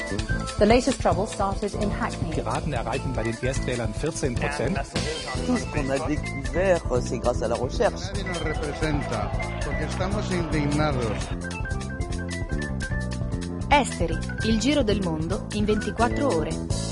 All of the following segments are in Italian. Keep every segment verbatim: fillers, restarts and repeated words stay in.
The latest trouble started in Hackney. Piraten erreichen bei den Erstwählern vierzehn Prozent. Tout ce qu'on a découvert, c'est grâce à la recherche. Nadie nos representa, porque estamos indignados. Esteri, il giro del mondo in ventiquattro ore.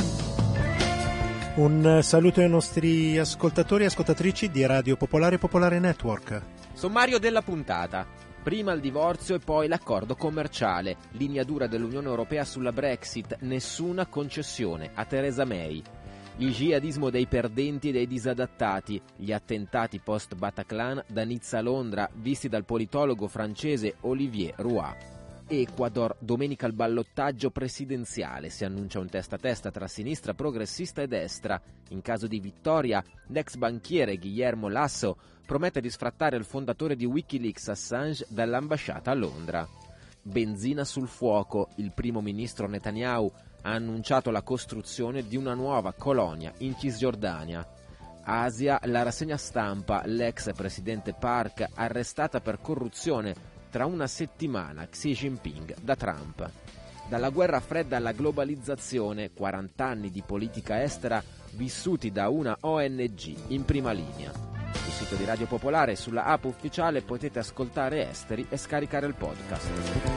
Un saluto ai nostri ascoltatori e ascoltatrici di Radio Popolare Popolare Network. Sommario della puntata. Prima il divorzio e poi l'accordo commerciale. Linea dura dell'Unione Europea sulla Brexit. Nessuna concessione a Theresa May. Il jihadismo dei perdenti e dei disadattati. Gli attentati post-Bataclan da Nizza a Londra, visti dal politologo francese Olivier Roy. Ecuador, domenica il ballottaggio presidenziale. Si annuncia un testa a testa tra sinistra progressista e destra. In caso di vittoria, l'ex banchiere Guillermo Lasso promette di sfrattare il fondatore di Wikileaks Assange dall'ambasciata a Londra. Benzina sul fuoco. Il primo ministro Netanyahu ha annunciato la costruzione di una nuova colonia in Cisgiordania. Asia, la rassegna stampa. L'ex presidente Park arrestata per corruzione. Tra una settimana Xi Jinping da Trump. Dalla guerra fredda alla globalizzazione, quaranta anni di politica estera vissuti da una O N G in prima linea. Sul sito di Radio Popolare e sulla app ufficiale potete ascoltare Esteri e scaricare il podcast.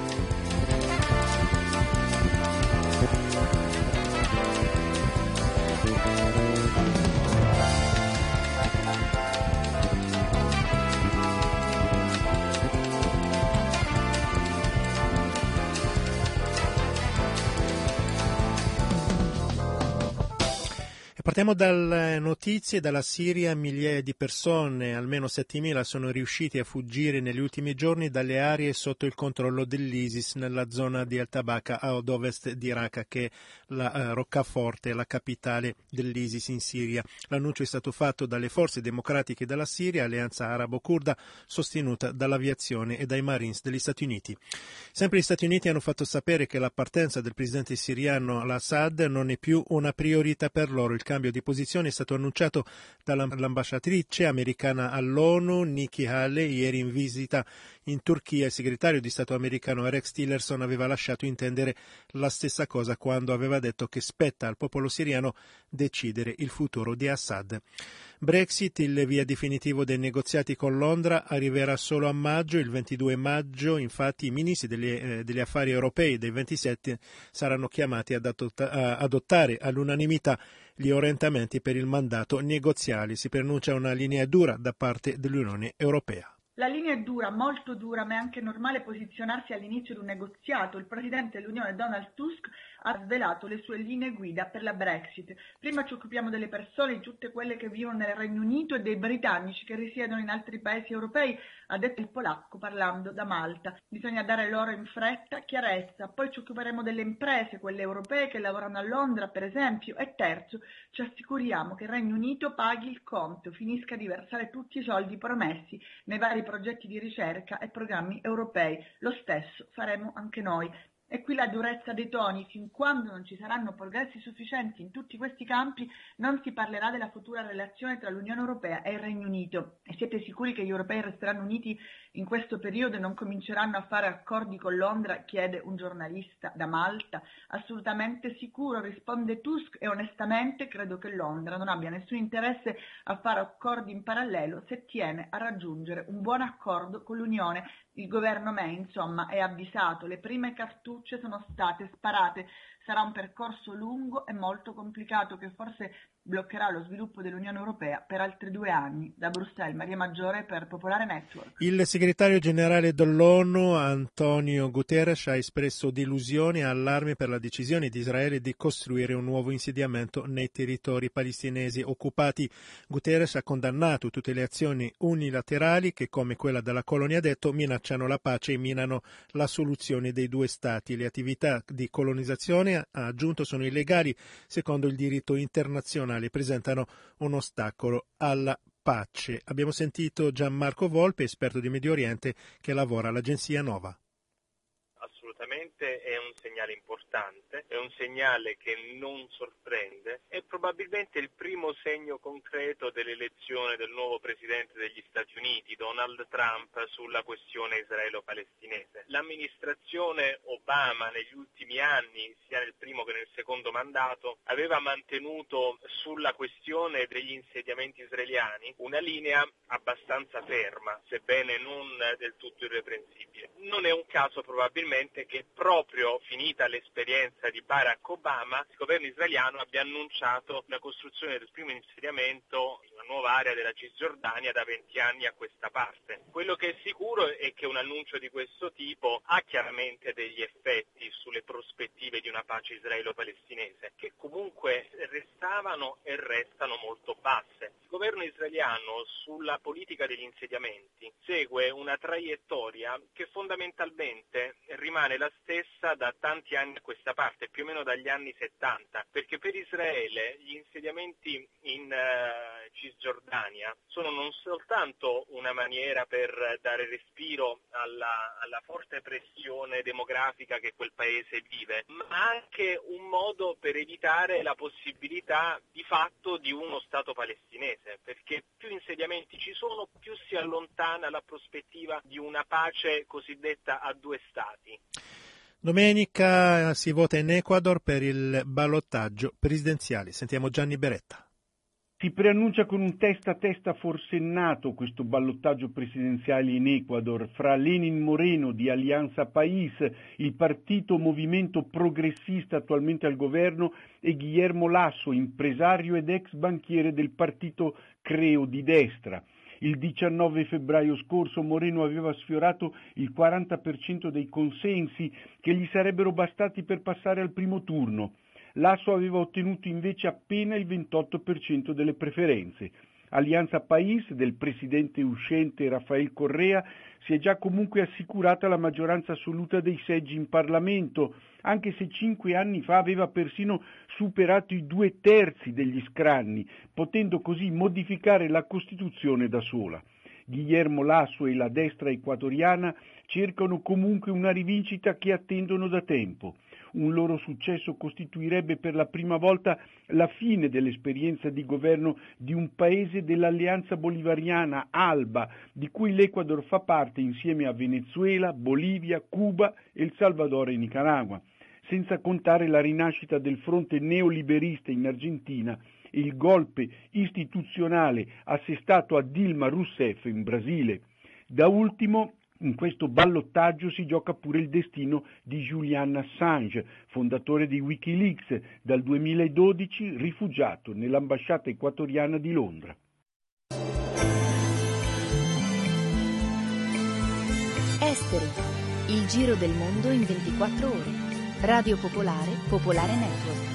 Partiamo dalle notizie. Dalla Siria migliaia di persone, almeno settemila, sono riusciti a fuggire negli ultimi giorni dalle aree sotto il controllo dell'ISIS nella zona di Al-Tabaka ad ovest di Raqqa, che è la uh, roccaforte, la capitale dell'ISIS in Siria. L'annuncio è stato fatto dalle forze democratiche della Siria, alleanza arabo-curda sostenuta dall'aviazione e dai Marines degli Stati Uniti. Sempre gli Stati Uniti hanno fatto sapere che la partenza del presidente siriano al-Assad non è più una priorità per loro. Il cambio di posizione è stato annunciato dall'ambasciatrice americana all'ONU Nikki Haley ieri in visita in Turchia. Il segretario di Stato americano Rex Tillerson aveva lasciato intendere la stessa cosa quando aveva detto che spetta al popolo siriano decidere il futuro di Assad. Brexit, il via definitivo dei negoziati con Londra arriverà solo a maggio. Il ventidue maggio, infatti, i ministri degli, eh, degli affari europei dei ventisette saranno chiamati ad adotta- adottare all'unanimità gli orientamenti per il mandato negoziale. Si preannuncia una linea dura da parte dell'Unione Europea. La linea è dura, molto dura, ma è anche normale posizionarsi all'inizio di un negoziato. Il presidente dell'Unione Donald Tusk ha svelato le sue linee guida per la Brexit. Prima ci occupiamo delle persone, di tutte quelle che vivono nel Regno Unito e dei britannici che risiedono in altri paesi europei, ha detto il polacco parlando da Malta. Bisogna dare loro in fretta chiarezza. Poi ci occuperemo delle imprese, quelle europee che lavorano a Londra per esempio. E terzo, ci assicuriamo che il Regno Unito paghi il conto, finisca di versare tutti i soldi promessi nei vari progetti di ricerca e programmi europei. Lo stesso faremo anche noi. E qui la durezza dei toni: fin quando non ci saranno progressi sufficienti in tutti questi campi non si parlerà della futura relazione tra l'Unione Europea e il Regno Unito. E siete sicuri che gli europei resteranno uniti in questo periodo e non cominceranno a fare accordi con Londra? Chiede un giornalista da Malta. Assolutamente sicuro, risponde Tusk, e onestamente credo che Londra non abbia nessun interesse a fare accordi in parallelo se tiene a raggiungere un buon accordo con l'Unione. Il governo May, insomma, è avvisato, le prime cartucce sono state sparate. Sarà un percorso lungo e molto complicato che forse bloccherà lo sviluppo dell'Unione Europea per altri due anni. Da Bruxelles, Maria Maggiore per Popolare Network. Il segretario generale dell'ONU, Antonio Guterres, ha espresso delusione e allarme per la decisione di Israele di costruire un nuovo insediamento nei territori palestinesi occupati. Guterres ha condannato tutte le azioni unilaterali che, come quella della colonia, ha detto, minacciano la pace e minano la soluzione dei due stati. Le attività di colonizzazione, ha aggiunto, sono illegali secondo il diritto internazionale, presentano un ostacolo alla pace. Abbiamo sentito Gianmarco Volpe, esperto di Medio Oriente che lavora all'agenzia Nova. Assolutamente sicuramente è un segnale importante, è un segnale che non sorprende, è probabilmente il primo segno concreto dell'elezione del nuovo presidente degli Stati Uniti, Donald Trump, sulla questione israelo-palestinese. L'amministrazione Obama negli ultimi anni, sia nel primo che nel secondo mandato, aveva mantenuto sulla questione degli insediamenti israeliani una linea abbastanza ferma, sebbene non del tutto irreprensibile. Non è un caso probabilmente che proprio finita l'esperienza di Barack Obama, il governo israeliano abbia annunciato la costruzione del primo insediamento in una nuova area della Cisgiordania da venti anni a questa parte. Quello che è sicuro è che un annuncio di questo tipo ha chiaramente degli effetti sulle prospettive di una pace israelo-palestinese, che comunque restavano e restano molto basse. Il governo israeliano sulla politica degli insediamenti segue una traiettoria che fondamentalmente rimane la stessa da tanti anni a questa parte, più o meno dagli anni settanta, perché per Israele gli insediamenti in uh, Cisgiordania sono non soltanto una maniera per dare respiro alla, alla forte pressione demografica che quel paese vive, ma anche un modo per evitare la possibilità di fatto di uno Stato palestinese, perché più insediamenti ci sono, più si allontana la prospettiva di una pace cosiddetta a due Stati. Domenica si vota in Ecuador per il ballottaggio presidenziale. Sentiamo Gianni Beretta. Si preannuncia con un testa a testa forsennato questo ballottaggio presidenziale in Ecuador fra Lenin Moreno di Alianza País, il partito movimento progressista attualmente al governo, e Guillermo Lasso, impresario ed ex banchiere del partito Creo di destra. Il diciannove febbraio scorso Moreno aveva sfiorato il quaranta per cento dei consensi che gli sarebbero bastati per passare al primo turno. Lasso aveva ottenuto invece appena il ventotto per cento delle preferenze. Alianza País del presidente uscente Rafael Correa si è già comunque assicurata la maggioranza assoluta dei seggi in Parlamento, anche se cinque anni fa aveva persino superato i due terzi degli scranni, potendo così modificare la Costituzione da sola. Guillermo Lasso e la destra ecuatoriana cercano comunque una rivincita che attendono da tempo. Un loro successo costituirebbe per la prima volta la fine dell'esperienza di governo di un paese dell'alleanza bolivariana ALBA, di cui l'Ecuador fa parte insieme a Venezuela, Bolivia, Cuba, El Salvador e Nicaragua, senza contare la rinascita del fronte neoliberista in Argentina e il golpe istituzionale assestato a Dilma Rousseff in Brasile. Da ultimo, in questo ballottaggio si gioca pure il destino di Julian Assange, fondatore di Wikileaks, dal duemiladodici rifugiato nell'ambasciata ecuatoriana di Londra. Esteri, il giro del mondo in ventiquattro ore. Radio Popolare, Popolare Network.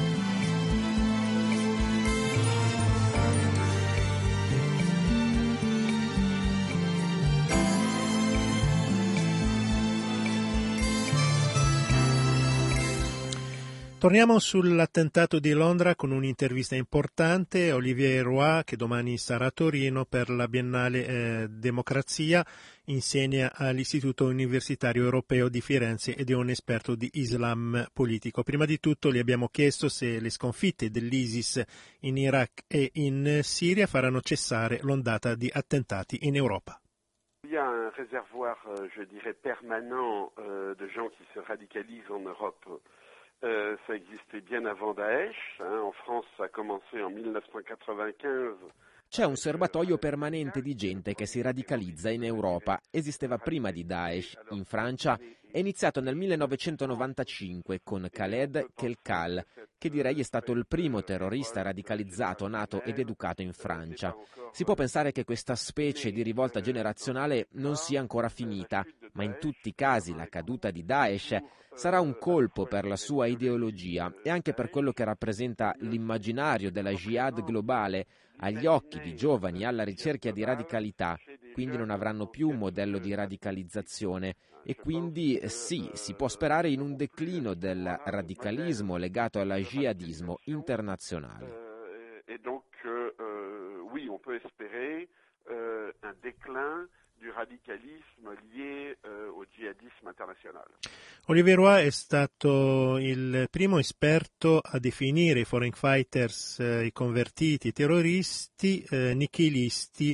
Torniamo sull'attentato di Londra con un'intervista importante. Olivier Roy, che domani sarà a Torino per la Biennale eh, Democrazia, insegna all'Istituto Universitario Europeo di Firenze ed è un esperto di Islam politico. Prima di tutto gli abbiamo chiesto se le sconfitte dell'ISIS in Iraq e in Siria faranno cessare l'ondata di attentati in Europa. Il y a un réservoir, je dirais, permanent euh, de gens qui se radicalisent en Europe. Euh, ça existait bien avant Daesh, hein. En France ça a commencé en millenovecentottantacinque. C'è un serbatoio permanente di gente che si radicalizza in Europa. Esisteva prima di Daesh. In Francia è iniziato nel millenovecentonovantacinque con Khaled Kelkal, che direi è stato il primo terrorista radicalizzato, nato ed educato in Francia. Si può pensare che questa specie di rivolta generazionale non sia ancora finita, ma in tutti i casi la caduta di Daesh sarà un colpo per la sua ideologia e anche per quello che rappresenta l'immaginario della jihad globale agli occhi di giovani alla ricerca di radicalità, quindi non avranno più un modello di radicalizzazione e quindi sì, si può sperare in un declino del radicalismo legato al jihadismo internazionale. Et donc, euh, oui, on peut espérer euh, un déclin du radicalisme lié euh, au djihadisme international. Olivier Roy è stato il primo esperto a definire i foreign fighters, eh, i convertiti, i terroristi, eh, nichilisti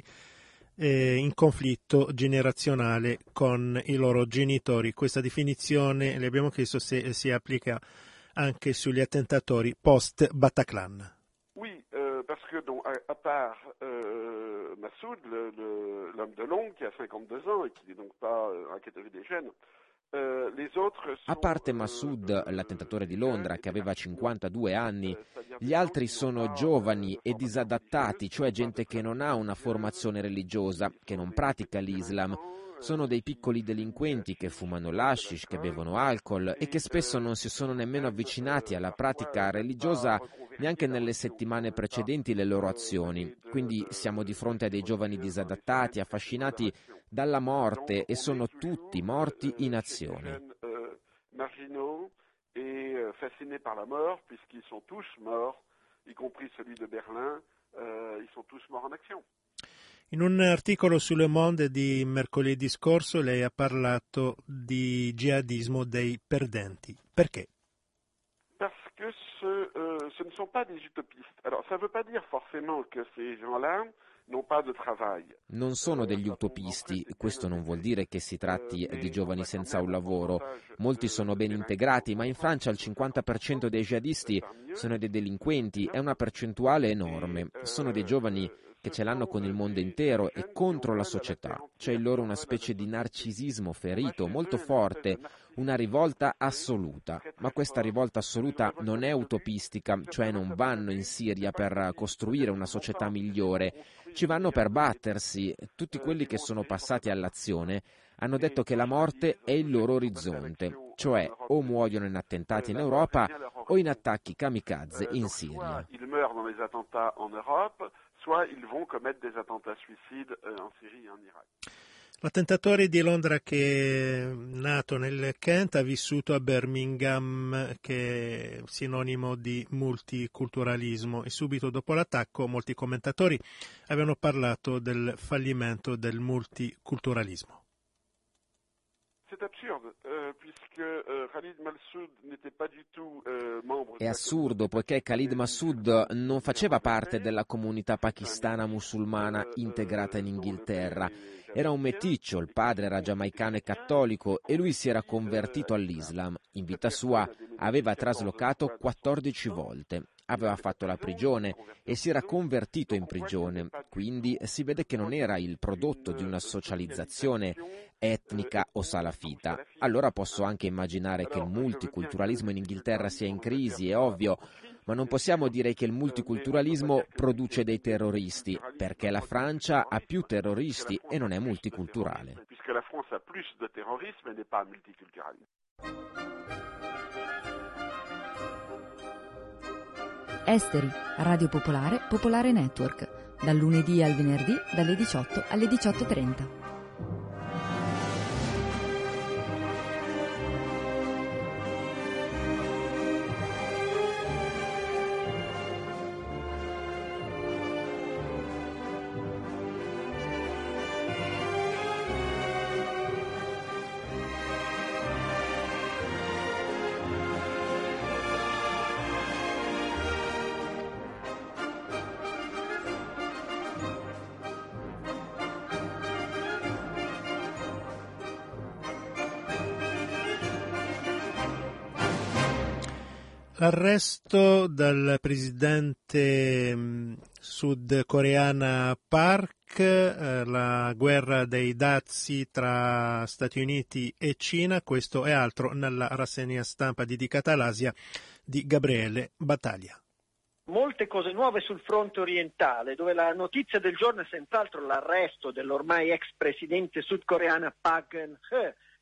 eh, in conflitto generazionale con i loro genitori. Questa definizione, le abbiamo chiesto se si applica anche sugli attentatori post-Bataclan. Oui, euh, parce que donc, à, à part euh, Massoud, le, le, l'homme de Londres qui a cinquante-deux ans et qui n'est donc pas euh, un catégorie des jeunes, euh, les autres sont, a parte Massoud, l'attentatore di Londra che aveva cinquantadue anni, gli altri sono giovani e disadattati, cioè gente che non ha una formazione religiosa, che non pratica l'Islam. Sono dei piccoli delinquenti che fumano l'hashish, che bevono alcol e che spesso non si sono nemmeno avvicinati alla pratica religiosa neanche nelle settimane precedenti le loro azioni. Quindi siamo di fronte a dei giovani disadattati, affascinati dalla morte, e sono tutti morti in azione. Marginaux et fascinés par la mort, puisqu'ils sont tous morts, y compris celui de Berlin, euh, ils sont tous morts en action. In un articolo su Le Monde di mercoledì scorso lei ha parlato di jihadismo dei perdenti. Perché? Parce que ce, euh, ce ne sont pas des utopistes. Alors, ça ne veut pas dire forcément que ces gens-là n'ont pas de travail. Non sono degli utopisti, questo non vuol dire che si tratti di giovani senza un lavoro. Molti sono ben integrati, ma in Francia il cinquanta per cento dei jihadisti sono dei delinquenti, è una percentuale enorme. Sono dei giovani che ce l'hanno con il mondo intero e contro la società. C'è in loro una specie di narcisismo ferito, molto forte, una rivolta assoluta. Ma questa rivolta assoluta non è utopistica, cioè non vanno in Siria per costruire una società migliore, ci vanno per battersi. Tutti quelli che sono passati all'azione hanno detto che la morte è il loro orizzonte, cioè o muoiono in attentati in Europa o in attacchi kamikaze in Siria. Soit ils vont commettre des attentats suicides en Syrie et en Irak. L'attentatore di Londra, che è nato nel Kent, ha vissuto a Birmingham, che è sinonimo di multiculturalismo, e subito dopo l'attacco molti commentatori avevano parlato del fallimento del multiculturalismo. C'est absurde, euh, puisque euh, Khalid Massoud n'était pas du tout euh, membre. È assurdo, poiché Khalid Massoud non faceva parte della comunità pakistana musulmana integrata in Inghilterra. Era un meticcio, il padre era giamaicano e cattolico e lui si era convertito all'Islam. In vita sua aveva traslocato quattordici volte. Aveva fatto la prigione e si era convertito in prigione, quindi si vede che non era il prodotto di una socializzazione etnica o salafita. Allora posso anche immaginare che il multiculturalismo in Inghilterra sia in crisi, è ovvio, ma non possiamo dire che il multiculturalismo produce dei terroristi, perché la Francia ha più terroristi e non è multiculturale. Puisque la France ha plus de terrorisme e n'est pas multiculturale. Esteri, Radio Popolare, Popolare Network, dal lunedì al venerdì dalle diciotto alle diciotto e trenta. L'arresto del presidente sudcoreana Park, eh, la guerra dei dazi tra Stati Uniti e Cina, questo e altro nella rassegna stampa dedicata all'Asia di Gabriele Battaglia. Molte cose nuove sul fronte orientale, dove la notizia del giorno è senz'altro l'arresto dell'ormai ex presidente sudcoreana Park Geun-hye,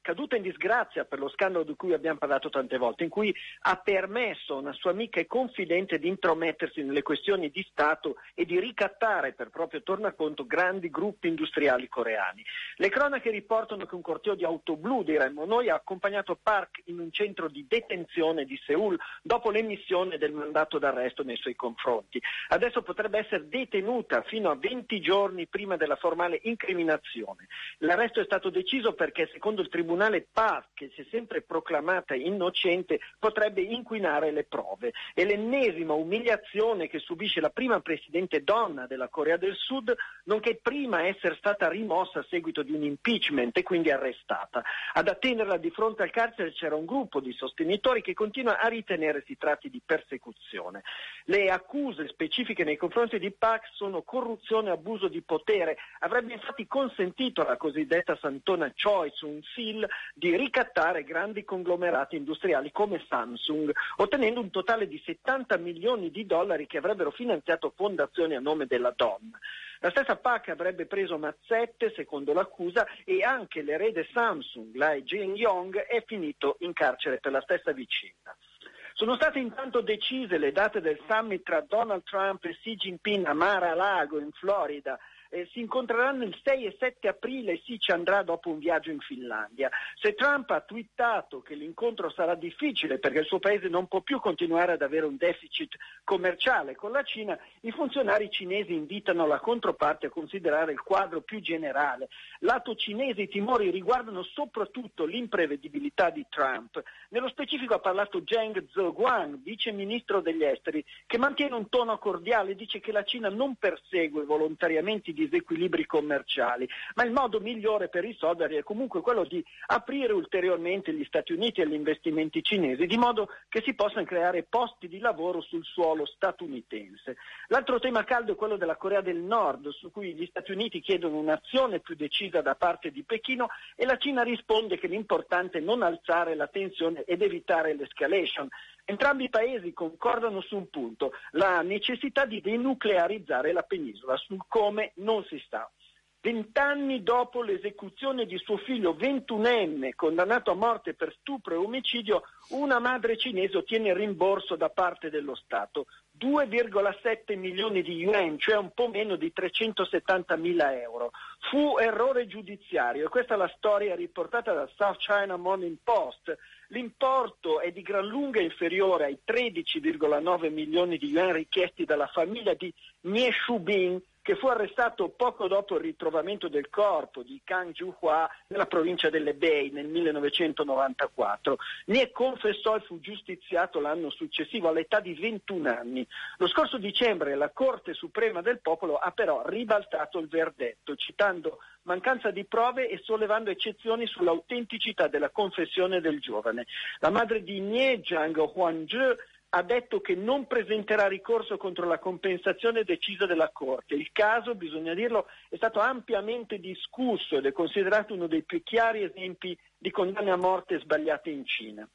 caduta in disgrazia per lo scandalo di cui abbiamo parlato tante volte, in cui ha permesso a una sua amica e confidente di intromettersi nelle questioni di Stato e di ricattare per proprio tornaconto grandi gruppi industriali coreani. Le cronache riportano che un corteo di auto blu, diremmo noi, ha accompagnato Park in un centro di detenzione di Seul dopo l'emissione del mandato d'arresto nei suoi confronti. Adesso potrebbe essere detenuta fino a venti giorni prima della formale incriminazione. L'arresto è stato deciso perché secondo il tribunale Park, che si è sempre proclamata innocente, potrebbe inquinare le prove. È l'ennesima umiliazione che subisce la prima presidente donna della Corea del Sud, nonché prima essere stata rimossa a seguito di un impeachment e quindi arrestata. Ad attenerla di fronte al carcere c'era un gruppo di sostenitori che continua a ritenere si tratti di persecuzione. Le accuse specifiche nei confronti di Park sono corruzione e abuso di potere. Avrebbe infatti consentito alla cosiddetta Santona Choi Soon-sil di ricattare grandi conglomerati industriali come Samsung, ottenendo un totale di settanta milioni di dollari che avrebbero finanziato fondazioni a nome della donna. La stessa Park avrebbe preso mazzette, secondo l'accusa, e anche l'erede Samsung, la Jin-yong, è finito in carcere per la stessa vicenda. Sono state intanto decise le date del summit tra Donald Trump e Xi Jinping a Mar-a-Lago in Florida. Eh, si incontreranno il sei e sette aprile e Xi ci andrà dopo un viaggio in Finlandia. Se Trump ha twittato che l'incontro sarà difficile perché il suo paese non può più continuare ad avere un deficit commerciale con la Cina, i funzionari cinesi invitano la controparte a considerare il quadro più generale. Lato cinese i timori riguardano soprattutto l'imprevedibilità di Trump. Nello specifico ha parlato Zheng Zheguang, vice ministro degli esteri, che mantiene un tono cordiale e dice che la Cina non persegue volontariamente disequilibri commerciali, ma il modo migliore per risolverli è comunque quello di aprire ulteriormente gli Stati Uniti agli investimenti cinesi, di modo che si possano creare posti di lavoro sul suolo statunitense. L'altro tema caldo è quello della Corea del Nord, su cui gli Stati Uniti chiedono un'azione più decisa da parte di Pechino e la Cina risponde che l'importante è non alzare la tensione ed evitare l'escalation. Entrambi i paesi concordano su un punto, la necessità di denuclearizzare la penisola, sul come non si sta. Vent'anni dopo l'esecuzione di suo figlio ventunenne condannato a morte per stupro e omicidio, una madre cinese ottiene il rimborso da parte dello Stato, due virgola sette milioni di yuan, cioè un po' meno di trecentosettantamila euro. Fu errore giudiziario e questa è la storia riportata dal South China Morning Post. L'importo è di gran lunga inferiore ai tredici virgola nove milioni di yuan richiesti dalla famiglia di Nie Shubin, che fu arrestato poco dopo il ritrovamento del corpo di Kang Ju-hwa nella provincia dell'Hebei nel millenovecentonovantaquattro. Nie confessò e fu giustiziato l'anno successivo all'età di ventuno anni. Lo scorso dicembre la Corte Suprema del Popolo ha però ribaltato il verdetto, citando mancanza di prove e sollevando eccezioni sull'autenticità della confessione del giovane. La madre di Nie, Zhang Huangzhe, ha detto che non presenterà ricorso contro la compensazione decisa della Corte. Il caso, bisogna dirlo, è stato ampiamente discusso ed è considerato uno dei più chiari esempi di condanne a morte sbagliate in Cina.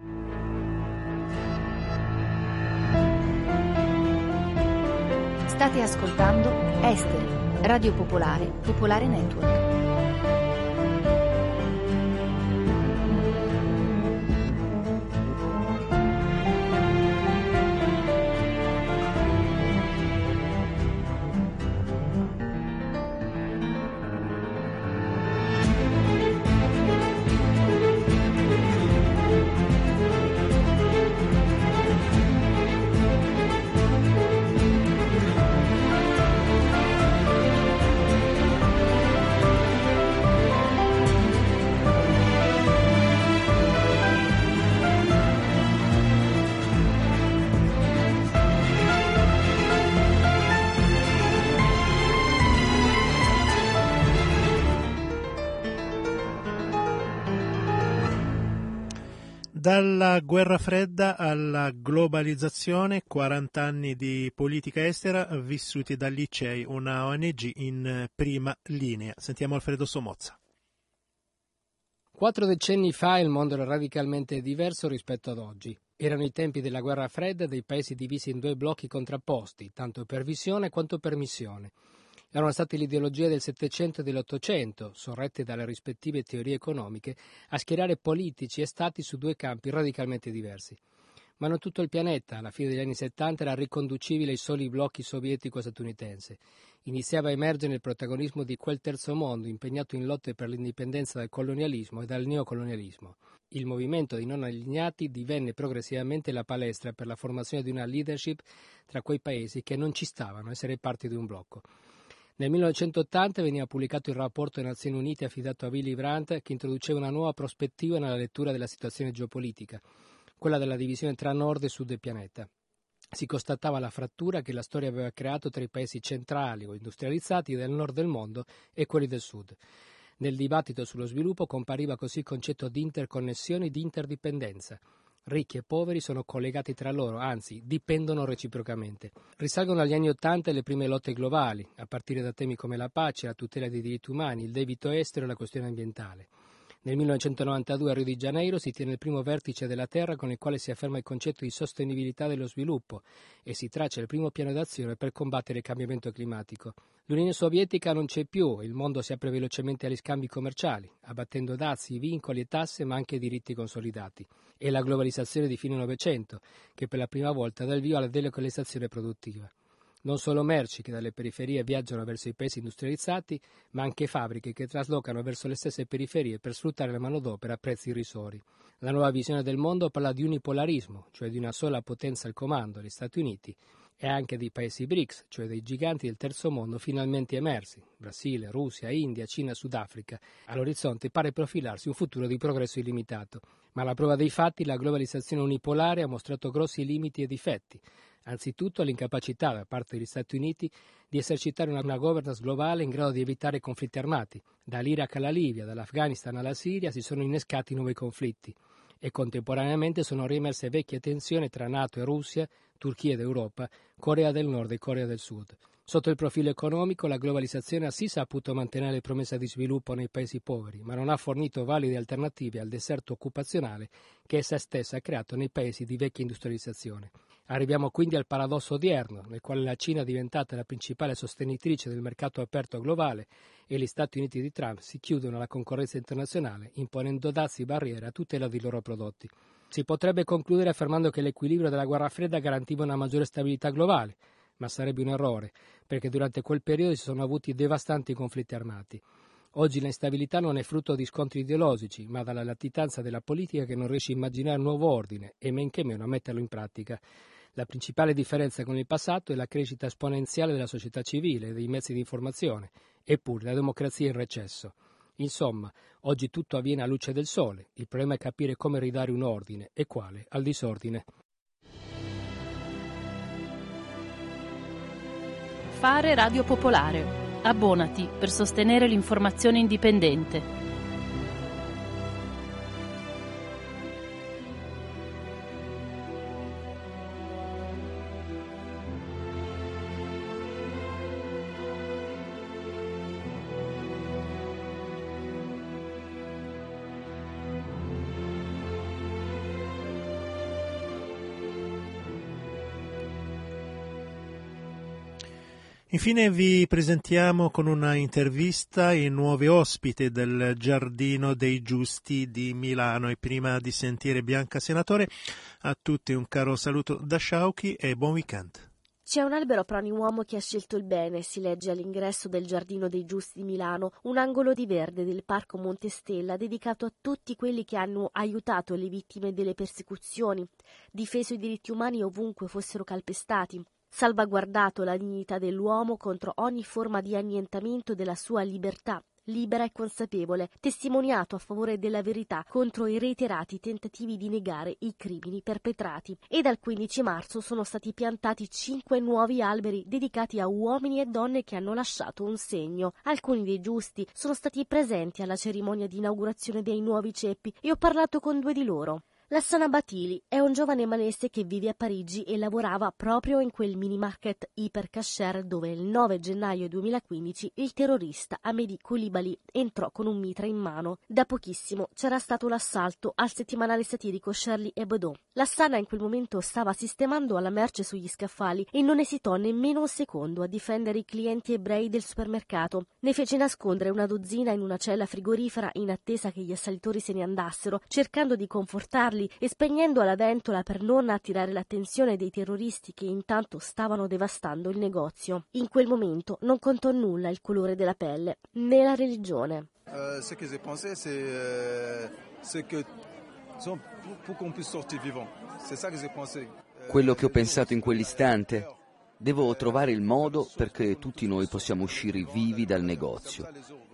State ascoltando Esteri, Radio Popolare, Popolare Network. Dalla guerra fredda alla globalizzazione, quaranta anni di politica estera vissuti dall'I C E I, una O N G in prima linea. Sentiamo Alfredo Somozza. Quattro decenni fa il mondo era radicalmente diverso rispetto ad oggi. Erano i tempi della guerra fredda, dei paesi divisi in due blocchi contrapposti, tanto per visione quanto per missione. Erano state le ideologie del Settecento e dell'Ottocento, sorrette dalle rispettive teorie economiche, a schierare politici e stati su due campi radicalmente diversi. Ma non tutto il pianeta, alla fine degli anni settanta, era riconducibile ai soli blocchi sovietico-statunitense. Iniziava a emergere il protagonismo di quel terzo mondo impegnato in lotte per l'indipendenza dal colonialismo e dal neocolonialismo. Il movimento dei non allineati divenne progressivamente la palestra per la formazione di una leadership tra quei paesi che non ci stavano a essere parte di un blocco. Nel millenovecentottanta veniva pubblicato il rapporto delle Nazioni Unite affidato a Willy Brandt, che introduceva una nuova prospettiva nella lettura della situazione geopolitica, quella della divisione tra nord e sud del pianeta. Si constatava la frattura che la storia aveva creato tra i paesi centrali o industrializzati del nord del mondo e quelli del sud. Nel dibattito sullo sviluppo compariva così il concetto di interconnessione e di interdipendenza. Ricchi e poveri sono collegati tra loro, anzi dipendono reciprocamente. Risalgono agli anni Ottanta le prime lotte globali, a partire da temi come la pace, la tutela dei diritti umani, il debito estero e la questione ambientale. Nel millenovecentonovantadue a Rio de Janeiro si tiene il primo vertice della Terra con il quale si afferma il concetto di sostenibilità dello sviluppo e si traccia il primo piano d'azione per combattere il cambiamento climatico. L'Unione Sovietica non c'è più e il mondo si apre velocemente agli scambi commerciali, abbattendo dazi, vincoli e tasse, ma anche diritti consolidati. È la globalizzazione di fine Novecento che per la prima volta dà il via alla delocalizzazione produttiva. Non solo merci che dalle periferie viaggiano verso i paesi industrializzati, ma anche fabbriche che traslocano verso le stesse periferie per sfruttare la manodopera a prezzi irrisori. La nuova visione del mondo parla di unipolarismo, cioè di una sola potenza al comando, gli Stati Uniti, e anche dei paesi B R I C S, cioè dei giganti del terzo mondo finalmente emersi, Brasile, Russia, India, Cina, Sudafrica. All'orizzonte pare profilarsi un futuro di progresso illimitato. Ma alla prova dei fatti la globalizzazione unipolare ha mostrato grossi limiti e difetti. Anzitutto l'incapacità da parte degli Stati Uniti di esercitare una, una governance globale in grado di evitare conflitti armati. Dall'Iraq alla Libia, dall'Afghanistan alla Siria si sono innescati nuovi conflitti e contemporaneamente sono riemerse vecchie tensioni tra NATO e Russia, Turchia ed Europa, Corea del Nord e Corea del Sud. Sotto il profilo economico la globalizzazione ha sì saputo mantenere le promesse di sviluppo nei paesi poveri, ma non ha fornito valide alternative al deserto occupazionale che essa stessa ha creato nei paesi di vecchia industrializzazione. Arriviamo quindi al paradosso odierno, nel quale la Cina è diventata la principale sostenitrice del mercato aperto globale e gli Stati Uniti di Trump si chiudono alla concorrenza internazionale, imponendo dazi e barriere a tutela dei loro prodotti. Si potrebbe concludere affermando che l'equilibrio della guerra fredda garantiva una maggiore stabilità globale, ma sarebbe un errore, perché durante quel periodo si sono avuti devastanti conflitti armati. Oggi l'instabilità non è frutto di scontri ideologici, ma dalla latitanza della politica che non riesce a immaginare un nuovo ordine e men che meno a metterlo in pratica. La principale differenza con il passato è la crescita esponenziale della società civile e dei mezzi di informazione, eppure la democrazia è in recesso. Insomma, oggi tutto avviene a luce del sole, il problema è capire come ridare un ordine e quale al disordine. Fare Radio Popolare. Abbonati per sostenere l'informazione indipendente. Infine vi presentiamo con una intervista i nuovi ospiti del Giardino dei Giusti di Milano e prima di sentire Bianca Senatore a tutti un caro saluto da Sciauchi e buon weekend. C'è un albero per ogni uomo che ha scelto il bene, si legge all'ingresso del Giardino dei Giusti di Milano, un angolo di verde del Parco Montestella dedicato a tutti quelli che hanno aiutato le vittime delle persecuzioni, difeso i diritti umani ovunque fossero calpestati, salvaguardato la dignità dell'uomo contro ogni forma di annientamento della sua libertà, libera e consapevole, testimoniato a favore della verità contro i reiterati tentativi di negare i crimini perpetrati. E dal quindici marzo sono stati piantati cinque nuovi alberi dedicati a uomini e donne che hanno lasciato un segno. Alcuni dei giusti sono stati presenti alla cerimonia di inaugurazione dei nuovi ceppi e ho parlato con due di loro. Lassana Batili è un giovane malese che vive a Parigi e lavorava proprio in quel mini market Hyper Cacher dove il nove gennaio duemilaquindici il terrorista Hamedi Koulibaly entrò con un mitra in mano. Da pochissimo c'era stato l'assalto al settimanale satirico Charlie Hebdo. Lassana in quel momento stava sistemando alla merce sugli scaffali e non esitò nemmeno un secondo a difendere i clienti ebrei del supermercato. Ne fece nascondere una dozzina in una cella frigorifera in attesa che gli assalitori se ne andassero, cercando di confortarli e spegnendo la ventola per non attirare l'attenzione dei terroristi che intanto stavano devastando il negozio. In quel momento non contò nulla il colore della pelle, né la religione. Uh, ce que j'ai pensé, c'est, euh, c'est que pour, pour qu'on puisse sortir vivant. C'est ça que j'ai pensé. Quello che ho pensato in quell'istante, devo trovare il modo perché tutti noi possiamo uscire vivi dal negozio.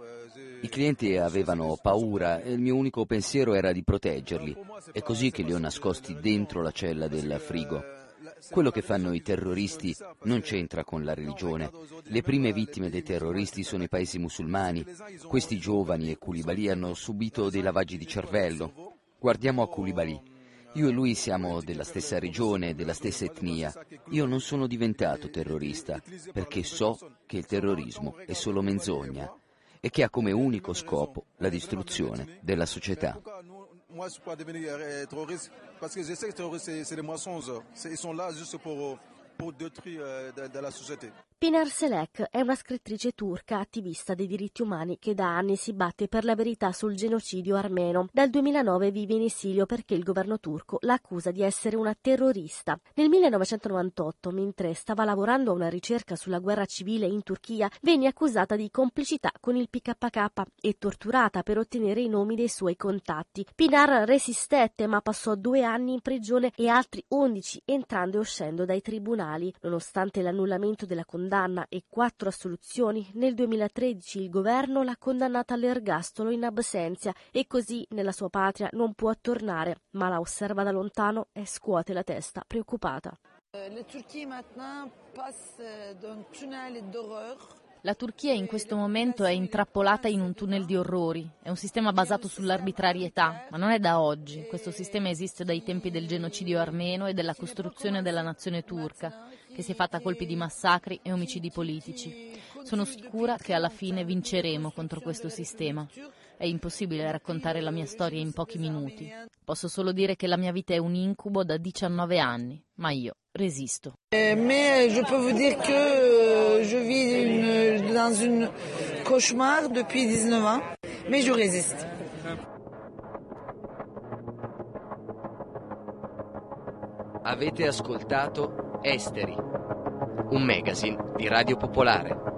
I clienti avevano paura e il mio unico pensiero era di proteggerli. È così che li ho nascosti dentro la cella del frigo. Quello che fanno i terroristi non c'entra con la religione. Le prime vittime dei terroristi sono i paesi musulmani. Questi giovani e Koulibaly hanno subito dei lavaggi di cervello. Guardiamo a Koulibaly. Io e lui siamo della stessa regione, della stessa etnia. Io non sono diventato terrorista perché so che il terrorismo è solo menzogna e che ha come unico scopo la distruzione della società. Moi, je ne suis pas devenu terroriste parce que je sais que les terroristes, c'est des mensonges. Ils sont là juste pour, pour détruire de, de la société. Pınar Selek è una scrittrice turca attivista dei diritti umani che da anni si batte per la verità sul genocidio armeno. Dal duemilanove vive in esilio perché il governo turco la accusa di essere una terrorista. Nel millenovecentonovantotto, mentre stava lavorando a una ricerca sulla guerra civile in Turchia, venne accusata di complicità con il P K K e torturata per ottenere i nomi dei suoi contatti. Pınar resistette ma passò due anni in prigione e altri undici entrando e uscendo dai tribunali. Nonostante l'annullamento della condanna e quattro assoluzioni, nel duemilatredici il governo l'ha condannata all'ergastolo in absenza e così nella sua patria non può tornare, ma la osserva da lontano e scuote la testa preoccupata. La Turchia in questo momento è intrappolata in un tunnel di orrori. È un sistema basato sull'arbitrarietà, ma non è da oggi. Questo sistema esiste dai tempi del genocidio armeno e della costruzione della nazione turca, che si è fatta a colpi di massacri e omicidi politici. Sono sicura che alla fine vinceremo contro questo sistema. È impossibile raccontare la mia storia in pochi minuti. Posso solo dire che la mia vita è un incubo da diciannove anni, ma io resisto. Eh, mais je peux vous dire que euh, je vis une, dans un cauchemar depuis diciannove ans, mais je résiste. Avete ascoltato Esteri, un magazine di Radio Popolare.